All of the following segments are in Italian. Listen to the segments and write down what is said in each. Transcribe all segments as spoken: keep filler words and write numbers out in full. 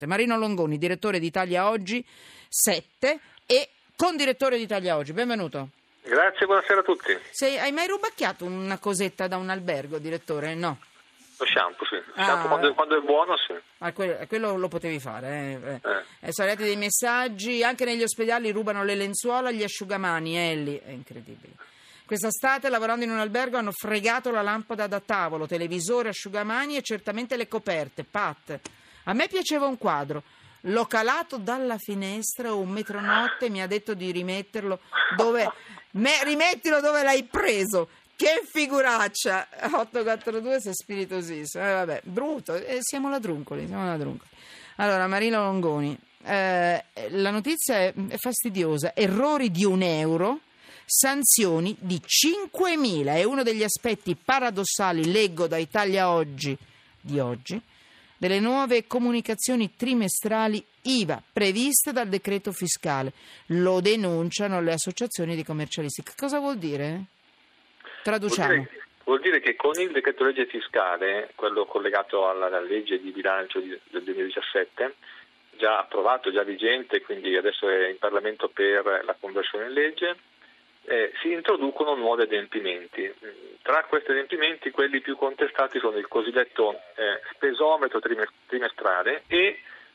Marino Longoni, direttore di Italia Oggi sette e condirettore di Italia Oggi. Benvenuto. Grazie, buonasera a tutti. Sei, hai mai rubacchiato una cosetta da un albergo, direttore? No. Lo shampoo, sì. Lo Ah, shampoo quando, quando è buono, sì. Ah, quello, quello lo potevi fare. Eh. Eh. Eh, sono arrivati dei messaggi, anche negli ospedali rubano le lenzuola, gli asciugamani, Elli. È incredibile. Quest'estate, lavorando in un albergo, hanno fregato la lampada da tavolo, televisore, asciugamani e certamente le coperte. Pat. A me piaceva un quadro. L'ho calato dalla finestra, un metronotte mi ha detto di rimetterlo dove... Me, rimettilo dove l'hai preso. Che figuraccia. otto quattro due sei spiritosissimo. Eh, vabbè, brutto. Eh, siamo ladruncoli, siamo ladruncoli. Allora, Marino Longoni, eh, la notizia è, è fastidiosa. Errori di un euro, sanzioni di cinquemila. È uno degli aspetti paradossali, leggo da Italia Oggi di oggi, delle nuove comunicazioni trimestrali I V A previste dal decreto fiscale. Lo denunciano le associazioni di commercialisti. Che cosa vuol dire? Traduciamo. Vuol dire, vuol dire che con il decreto legge fiscale, quello collegato alla, alla legge di bilancio di, del duemiladiciassette, già approvato, già vigente, quindi adesso è in Parlamento per la conversione in legge, eh, si introducono nuovi adempimenti. Tra questi adempimenti, quelli più contestati sono il cosiddetto eh, spesometro trimestrale e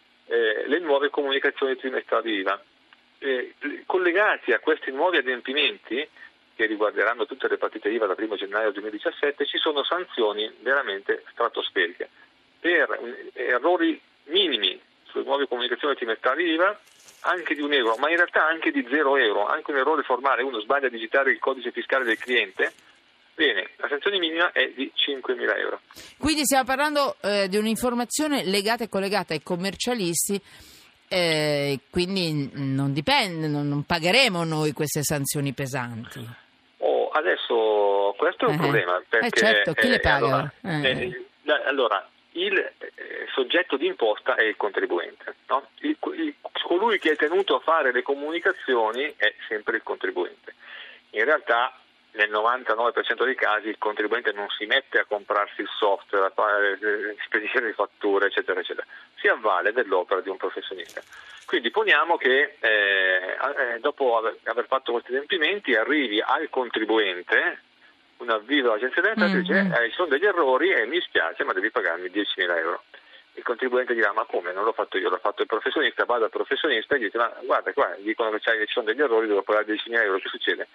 eh, le nuove comunicazioni trimestrali I V A. Eh, collegati a questi nuovi adempimenti, che riguarderanno tutte le partite I V A dal primo gennaio duemiladiciassette, ci sono sanzioni veramente stratosferiche per errori minimi sulle nuove comunicazioni trimestrali I V A, anche di un euro, ma in realtà anche di zero euro, anche un errore formale, uno sbaglia a digitare il codice fiscale del cliente. Bene, la sanzione minima è di cinquemila euro. Quindi stiamo parlando eh, di un'informazione legata e collegata ai commercialisti, eh, quindi non dipende, non, non pagheremo noi queste sanzioni pesanti. Oh, adesso questo è un eh. problema. Perché, eh certo, chi eh, le paga? Allora, eh. Eh, allora il eh, soggetto di imposta è il contribuente, no? il, il, colui che è tenuto a fare le comunicazioni è sempre il contribuente. In realtà nel novantanove per cento dei casi il contribuente non si mette a comprarsi il software, a fare, a spedire le fatture, eccetera, eccetera. Si avvale dell'opera di un professionista. Quindi poniamo che eh, dopo aver, aver fatto questi adempimenti arrivi al contribuente un avviso all'agenzia delle entrate e dice Mm-hmm. eh, ci sono degli errori e mi spiace ma devi pagarmi diecimila euro. Il contribuente dirà ma come, non l'ho fatto io, l'ho fatto il professionista, vado al professionista e dice ma guarda qua dicono che ci sono degli errori, devo pagare diecimila euro, che succede?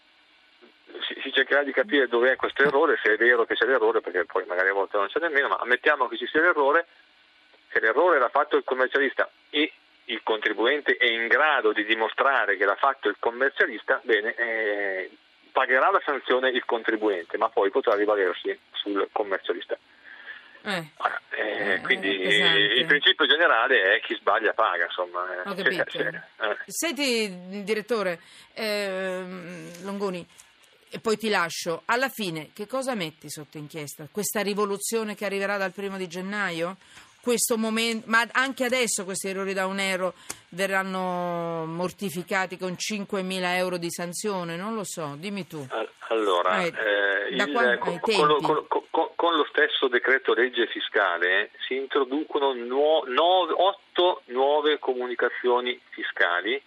Si, si cercherà di capire dove è questo errore, se è vero che c'è l'errore, perché poi magari a volte non c'è nemmeno, ma ammettiamo che ci sia l'errore. Se l'errore l'ha fatto il commercialista e il contribuente è in grado di dimostrare che l'ha fatto il commercialista, bene, eh, pagherà la sanzione il contribuente, ma poi potrà rivalersi sul commercialista. Eh. Eh, Eh, quindi pesante. il principio generale è chi sbaglia paga, insomma. Eh. Ho capito. Se, se, eh. Senti, direttore ehm, Longoni, e poi ti lascio. Alla fine, che cosa metti sotto inchiesta? Questa rivoluzione che arriverà dal primo di gennaio? Questo momento, ma anche adesso questi errori da un euro verranno mortificati con cinquemila euro di sanzione? Non lo so, dimmi tu. Allora, eh, eh, da il, quando, con, con, con, con, con lo stesso decreto legge fiscale si introducono nuo, nove, otto nuove comunicazioni fiscali.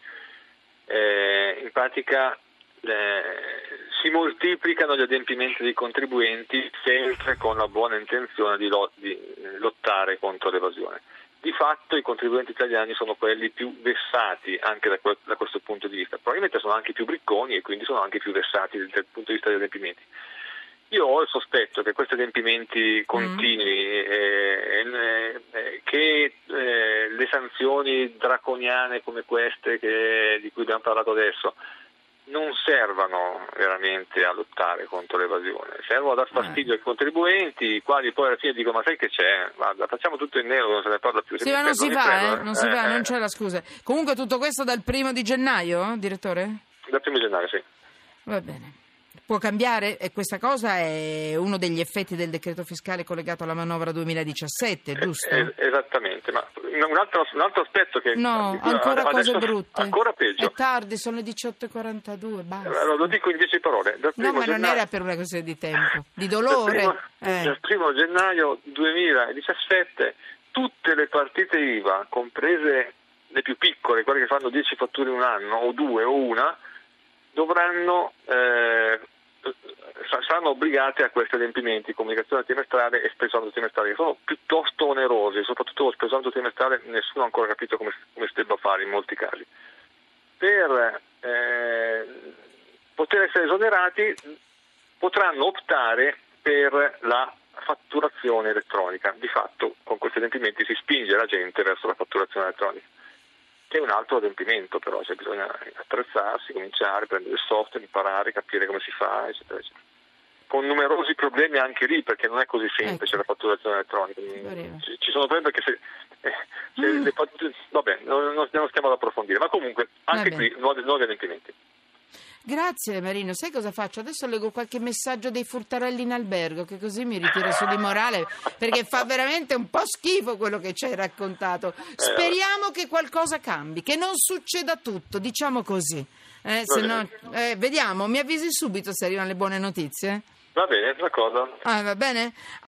Eh, in pratica eh, si moltiplicano gli adempimenti dei contribuenti sempre con la buona intenzione di, lo, di lottare contro l'evasione. Di fatto i contribuenti italiani sono quelli più vessati anche da, da questo punto di vista, probabilmente sono anche più bricconi e quindi sono anche più vessati dal punto di vista degli adempimenti. Io ho il sospetto che questi adempimenti continui, mm. eh, eh, che eh, le sanzioni draconiane come queste che, di cui abbiamo parlato adesso non servano veramente a lottare contro l'evasione, servono a dar fastidio eh. ai contribuenti, i quali poi alla fine dicono ma sai che c'è? Guarda, facciamo tutto in nero, non se ne parla più. Sì, ma non si fa, eh? non si eh, fa, eh. non c'è la scusa. Comunque tutto questo dal primo di gennaio, direttore? Dal primo gennaio, sì. Va bene. Può cambiare e questa cosa è uno degli effetti del decreto fiscale collegato alla manovra duemiladiciassette, giusto? Eh, esattamente, ma un altro, un altro aspetto che... No, ancora adesso, cose brutte. Ancora peggio. È tardi, sono le diciotto e quarantadue, basta. Lo dico in dieci parole. Dal No, ma gennaio, non era per una questione di tempo, di dolore. Dal primo, eh. dal primo gennaio duemiladiciassette tutte le partite I V A, comprese le più piccole, quelle che fanno dieci fatture in un anno, o due o una, dovranno eh, saranno obbligate a questi adempimenti, comunicazione trimestrale e spesorato trimestrale, che sono piuttosto onerosi, soprattutto lo spesorato trimestrale nessuno ha ancora capito come, come si debba fare in molti casi. Per eh, poter essere esonerati potranno optare per la fatturazione elettronica. Di fatto con questi adempimenti si spinge la gente verso la fatturazione elettronica, che è un altro adempimento, però cioè bisogna attrezzarsi, cominciare, prendere il software, imparare, capire come si fa, eccetera, eccetera. Con numerosi problemi anche lì, perché non è così semplice, ecco, la fatturazione elettronica. Ci, ci sono problemi perché se, eh, se mm. le fatture, vabbè, non, non stiamo ad approfondire, ma comunque anche qui nuovi, nuovi adempimenti. Grazie Marino, sai cosa faccio? Adesso leggo qualche messaggio dei furtarelli in albergo, che così mi ritiro su di morale, perché fa veramente un po' schifo quello che ci hai raccontato. Speriamo che qualcosa cambi, che non succeda tutto, diciamo così. Eh, se no, eh, vediamo, mi avvisi subito se arrivano le buone notizie. Va bene, d'accordo. Ah, va bene?